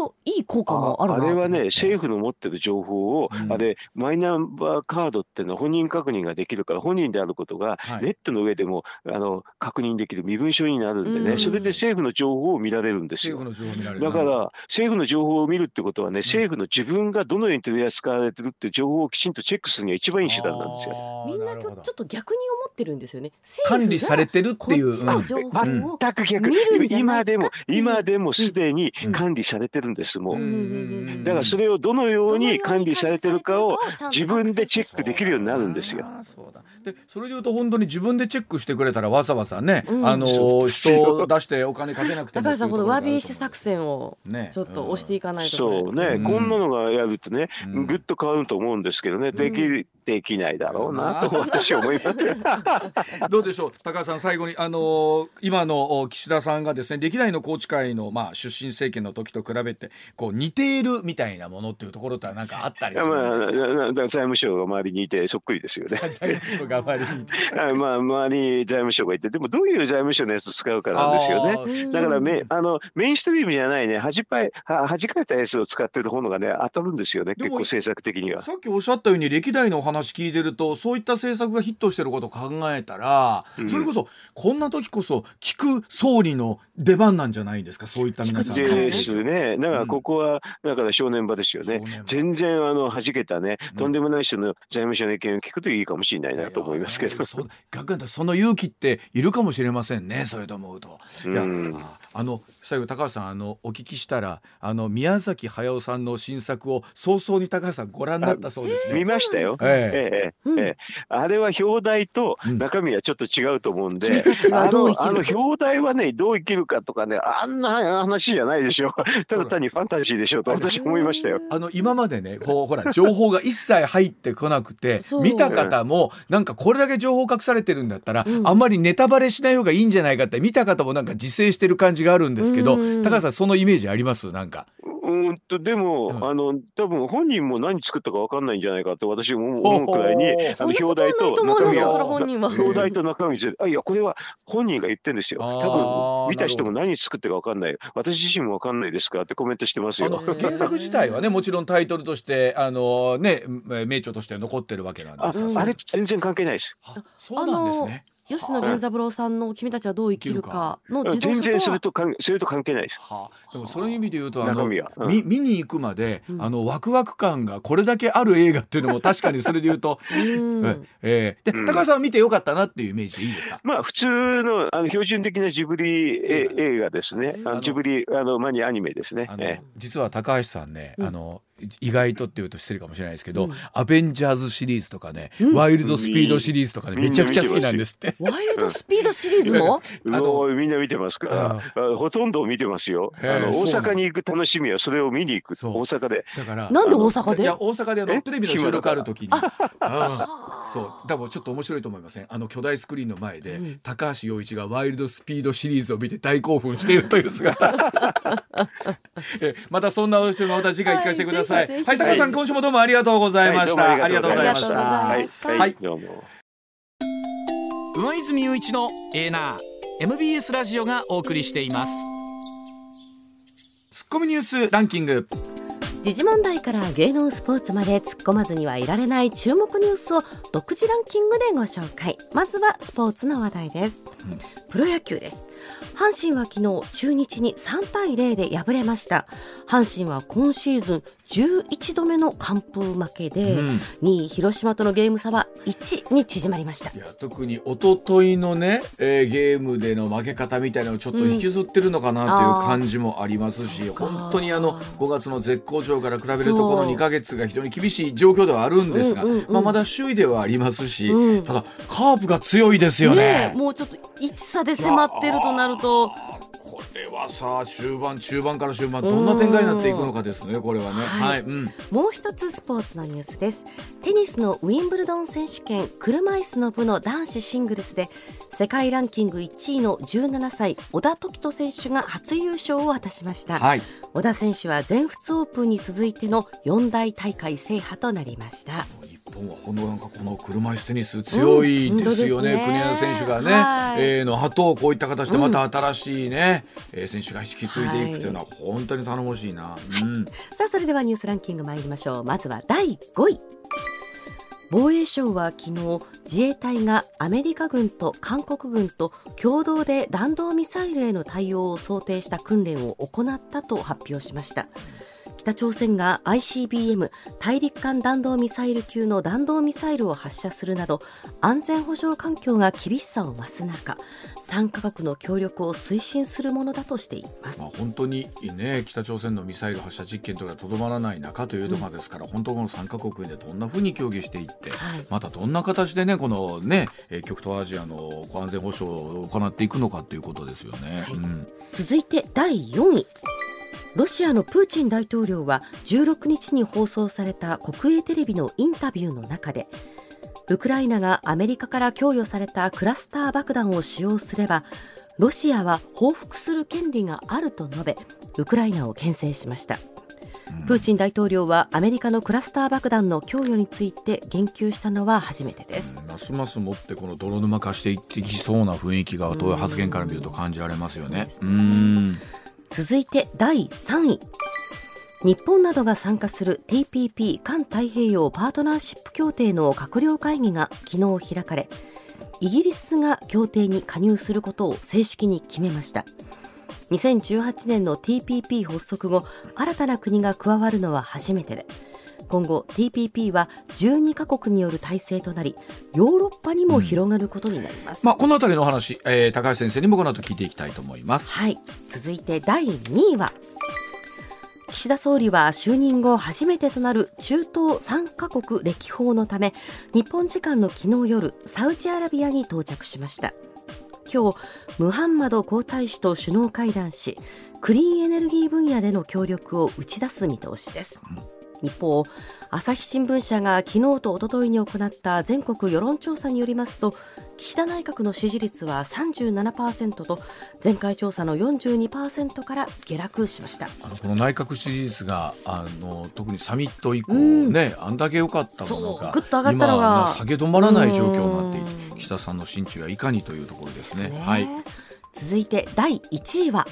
といい効果もあるなと。 あれはね、政府の持ってる情報を、あれマイナンバーカードっていうのは本人確認ができるから、本人であることがネットの上でも確認できる身分証になるんでね、それで政府の情報を見られるんですよ。だから政府の情報を見るってことはね、政府の自分がどのように取り扱われてるっていう情報をきちんとチェックするには一番いい手段なんですよ。 みんなちょっと逆に思ってるんですよね。 管理されてるっていう。 全く逆。今でもすでに管理されてるんですもう。だからそれをどのように管理されてるかを自分でチェックできるようになるんですよ。 でそれでいうと本当に自分でチェックしてくれたらわざわざね、人を出してお金かけなくても。 高橋さん、このわび石作戦をちょっと押していかないと。 そうね、こんなのがやるとね、ぐっと変わると思うんですけどね、できないだろうなと私は思います。 どうでしょう、高橋さん、最後に今の岸田さんがですね、歴代の宏池会の出身政権の時と比べてこう似ているみたいなものっていうところってなんかあったりするんですか？ 財務省が周りにいてそっくりですよね。 財務省が周りにいて周りに財務省がいて、でもどういう財務省のやつを使うかなんですよね。だからメインストリームじゃないね、弾かれたやつを使ってる方のがね当たるんですよね、結構政策的には。 さっきおっしゃったように歴代のお話聞いてると、そういった政策がヒットしてることを考えたら、それこそこんな時こそ聞く総理の出番なんじゃないですか、そういった皆さんですね。だからここはだから正念場ですよね。全然弾けたね、とんでもない人の財務省の意見を聞くといいかもしれないなと思いますけど、 その勇気っているかもしれませんね、それと思うと。最後高橋さんお聞きしたら宮崎駿さんの新作を早々に高橋さんご覧になったそうですね。 見ましたよ。あれは表題と中身はちょっと違うと思うんで、表題はねどう生きるかとかね、あんな話じゃないでしょ。ただ単にファンタジーでしょと私は思いましたよ。 今までねほら情報が一切入ってこなくて見た方もなんかこれだけ情報隠されてるんだったら、あんまりネタバレしない方がいいんじゃないかって見た方もなんか自制してる感じがあるんですけど、高橋さんそのイメージあります？なんかでも、多分本人も何作ったか分かんないんじゃないかって私思うくらいに表題と中身いやこれは本人が言ってるんですよ。多分見た人も何作ってか分かんない、私自身も分かんないですかってコメントしてますよ。 原作自体はねもちろんタイトルとして名著として残ってるわけなんですが、 あれ全然関係ないです。 そうなんですね。 吉野源三郎さんの君たちはどう生きるかの自動車とは全然それと関係ないです。 でもその意味で言うと見に行くまでワクワク感がこれだけある映画っていうのも確かにそれで言うとで高橋さんは見てよかったなっていうイメージでいいですか？ 普通の標準的なジブリ映画ですね。ジブリマニアニメですね。 実は高橋さんね意外とっていうと失礼かもしれないですけど、アベンジャーズシリーズとかね、ワイルドスピードシリーズとかねめちゃくちゃ好きなんですって。 ワイルドスピードシリーズもみんな見てますからほとんど見てますよ。大阪に行く楽しみはそれを見に行く。大阪で。 だからなんで大阪で？ いや大阪でテレビの収録ある時にそう多分ちょっと面白いと思いません？巨大スクリーンの前で高橋陽一がワイルドスピードシリーズを見て大興奮しているという姿またそんなお話をまた次回聞かせてください。はい、高橋さん今週もどうもありがとうございました。ありがとうございました。 はい、どうも。 上泉雄一のエーナー MBS ラジオがお送りしています。 ツッコミニュースランキング。 時事問題から芸能スポーツまで突っ込まずにはいられない注目ニュースを独自ランキングでご紹介。まずはスポーツの話題です。プロ野球です。阪神は昨日中日に3対0で敗れました。阪神は今シーズン11度目の完封負けで、2位広島とのゲーム差は1に縮まりました。 いや特に一昨日のね、ゲームでの負け方みたいなのをちょっと引きずってるのかなという感じもありますし、本当に5月の絶好調から比べるとこの2ヶ月が非常に厳しい状況ではあるんですが、まだ首位ではありますし、ただカープが強いですよね。 もうちょっと1差で迫ってるとなるとこれはさ中盤から終盤どんな展開になっていくのかですね。これはね、 もう一つスポーツのニュースです。テニスのウィンブルドン選手権車椅子の部の男子シングルスで世界ランキング1位の17歳小田凱人選手が初優勝を果たしました。小田選手は全仏オープンに続いての4大大会制覇となりました。 一本はなんかこの車椅子テニス強いですよね、国枝選手がね、の後こういった形でまた新しいね、選手が引き継いでいくというのは本当に頼もしいな、 さあそれではニュースランキング参りましょう。まずは第5位。防衛省は昨日、自衛隊がアメリカ軍と韓国軍と共同で弾道ミサイルへの対応を想定した訓練を行ったと発表しました。北朝鮮が ICBM 大陸間弾道ミサイル級の弾道ミサイルを発射するなど安全保障環境が厳しさを増す中、3カ国の協力を推進するものだとしています。 本当にね、北朝鮮のミサイル発射実験というのがとどまらない中というところですから、本当この3カ国でどんなふうに協議していって、またどんな形でねこのね極東アジアの安全保障を行っていくのかということですよね、 続いて第4位。ロシアのプーチン大統領は16日に放送された国営テレビのインタビューの中で、ウクライナがアメリカから供与されたクラスター爆弾を使用すればロシアは報復する権利があると述べ、ウクライナを牽制しました。プーチン大統領はアメリカのクラスター爆弾の供与について言及したのは初めてです。 ますますもってこの泥沼化していってきそうな雰囲気がどういう発言から見ると感じられますよね。 続いて第3位。日本などが参加する TPP 環太平洋パートナーシップ協定の閣僚会議が昨日開かれ、イギリスが協定に加入することを正式に決めました。2018年の TPP 発足後、新たな国が加わるのは初めてで、今後 TPP は12カ国による体制となり、ヨーロッパにも広がることになります。 このあたりの話、高橋先生にもこの後聞いていきたいと思います。 続いて第2位は、岸田総理は就任後初めてとなる中東3カ国歴訪のため、日本時間の昨日夜、サウジアラビアに到着しました。今日、ムハンマド皇太子と首脳会談し、クリーンエネルギー分野での協力を打ち出す見通しです。一方、朝日新聞社が昨日と一昨日に行った全国世論調査によりますと、岸田内閣の支持率は 37% と前回調査の 42% から下落しました。 この内閣支持率が特にサミット以降ね、あんだけ良かったものがぐっと上がったのが今下げ止まらない状況になっていて、岸田さんの心中はいかにというところですね。 続いて第1位は、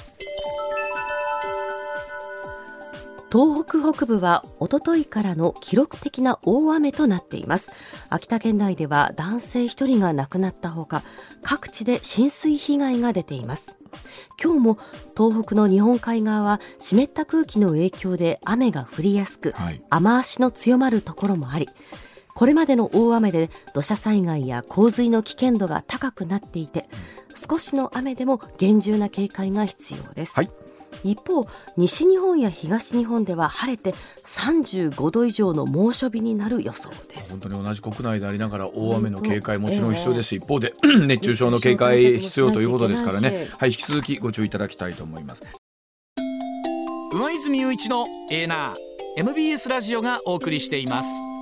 東北北部はおとといからの記録的な大雨となっています。秋田県内では男性1人が亡くなったほか、各地で浸水被害が出ています。今日も東北の日本海側は湿った空気の影響で雨が降りやすく、雨足の強まるところもあり、これまでの大雨で土砂災害や洪水の危険度が高くなっていて、少しの雨でも厳重な警戒が必要です。一方、西日本や東日本では晴れて35度以上の猛暑日になる予想です。 本当に同じ国内でありながら大雨の警戒もちろん必要ですし、一方で熱中症の警戒必要ということですからね、引き続きご注意いただきたいと思います。 上泉雄一のエーナー MBS ラジオがお送りしています。